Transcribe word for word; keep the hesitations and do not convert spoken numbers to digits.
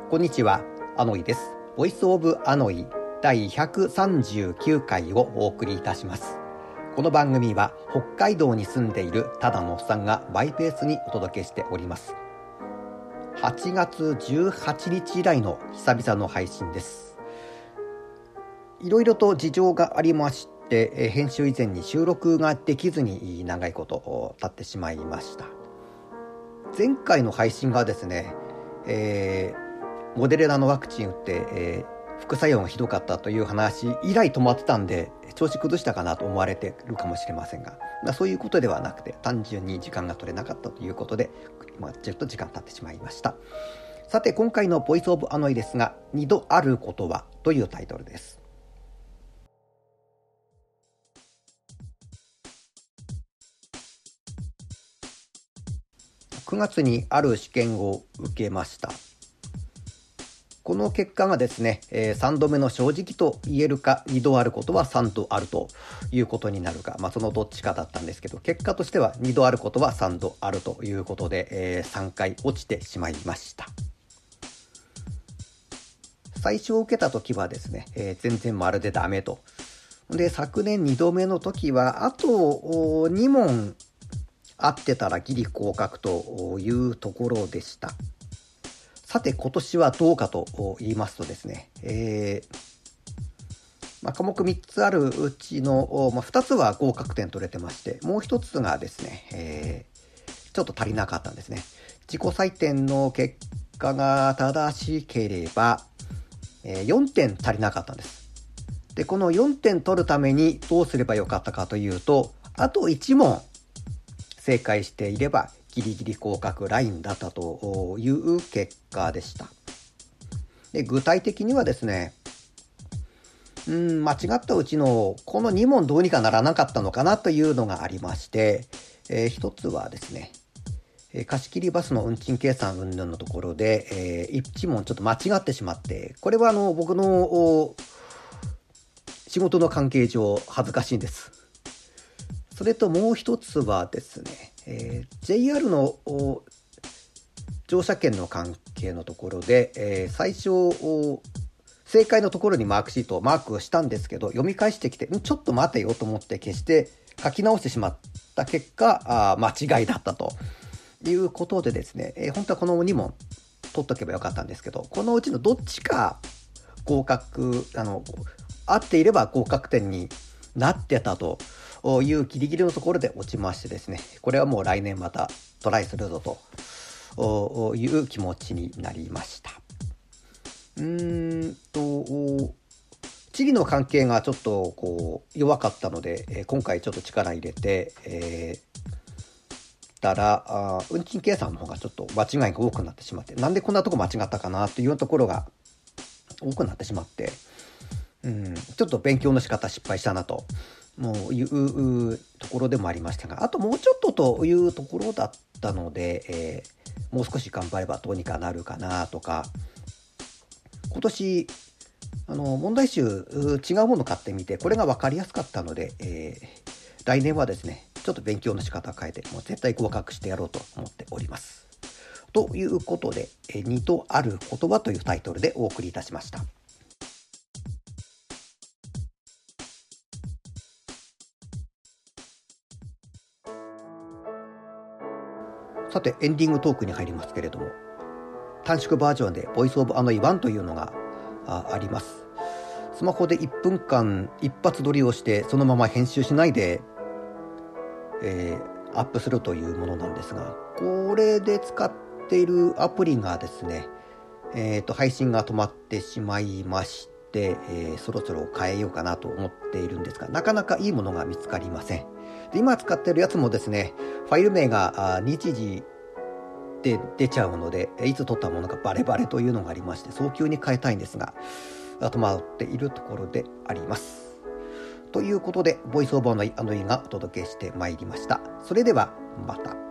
こんにちは、アノイです。ボイスオブアノイだいひゃくさんじゅうきゅうかいをお送りいたします。この番組は北海道に住んでいるただのおっさんがマイペースにお届けしております。はちがつじゅうはちにち以来の久々の配信です。いろいろと事情がありまして、編集以前に収録ができずに長いこと経ってしまいました。前回の配信がですね、えーモデルナのワクチン打って、えー、副作用がひどかったという話以来止まってたんで、調子崩したかなと思われてるかもしれませんが、まあ、そういうことではなくて単純に時間が取れなかったということで、今ちょっと時間経ってしまいました。さて、今回のボイスオブアノイですが、二度あることはというタイトルです。くがつにある試験を受けました。この結果がですね、えー、さんどめの正直と言えるか、にどあることはさんどあるということになるか、まあ、そのどっちかだったんですけど、結果としてはにどあることはさんどあるということで、えー、さんかい落ちてしまいました。最初受けた時はですね、えー、全然まるでダメと。で、昨年にどめの時は、あとにもん合ってたらギリ合格というところでした。さて、今年はどうかと言いますとですね、えーまあ、科目みっつあるうちの、まあ、ふたつは合格点取れてまして、もうひとつがですね、えー、ちょっと足りなかったんですね。自己採点の結果が正しければ、えー、よんてん足りなかったんです。で、このよんてん取るためにどうすればよかったかというと、あといちもん正解していればギリギリ合格ラインだったという結果でした。で、具体的にはですね、うん、間違ったうちのこのにもんどうにかならなかったのかなというのがありまして、えー、一つはですね、貸切バスの運賃計算云々のところで、えー、いちもんちょっと間違ってしまって、これはあの僕の仕事の関係上恥ずかしいんです。それともう一つはですね、えー、ジェイアール の乗車券の関係のところで、えー、最初正解のところにマークシートをマークしたんですけど、読み返してきてんちょっと待てよと思って消して書き直してしまった結果、あ間違いだったということでですね、えー、本当はこのにもん取っとけばよかったんですけど、このうちのどっちか合格あの合っていれば合格点になってたというギリギリのところで落ちましてですね、これはもう来年またトライするぞという気持ちになりました。うーんと地理の関係がちょっとこう弱かったので、えー、今回ちょっと力入れて、えー、たらあ運賃計算の方がちょっと間違いが多くなってしまって、なんでこんなとこ間違ったかなというところが多くなってしまって、うん、ちょっと勉強の仕方失敗したなともういうところでもありましたが、あともうちょっとというところだったので、えー、もう少し頑張ればどうにかなるかなとか、今年あの問題集違うもの買ってみてこれが分かりやすかったので、えー、来年はですねちょっと勉強の仕方を変えてもう絶対合格してやろうと思っております。ということで、えー、にどある言葉というタイトルでお送りいたしました。さて、エンディングトークに入りますけれども、短縮バージョンでボイスオブアノイワンというのが あ, あります。スマホでいっぷんかん一発撮りをしてそのまま編集しないで、えー、アップするというものなんですが、これで使っているアプリがですね、えー、と配信が止まってしまいまして、えー、そろそろ変えようかなと思っているんですが、なかなかいいものが見つかりません。で、今使っているやつもですね、ファイル名が日時で出ちゃうので、いつ撮ったものかバレバレというのがありまして、早急に変えたいんですが戸惑っているところであります。ということで、ボイスオーバーのあのいがお届けしてまいりました。それではまた。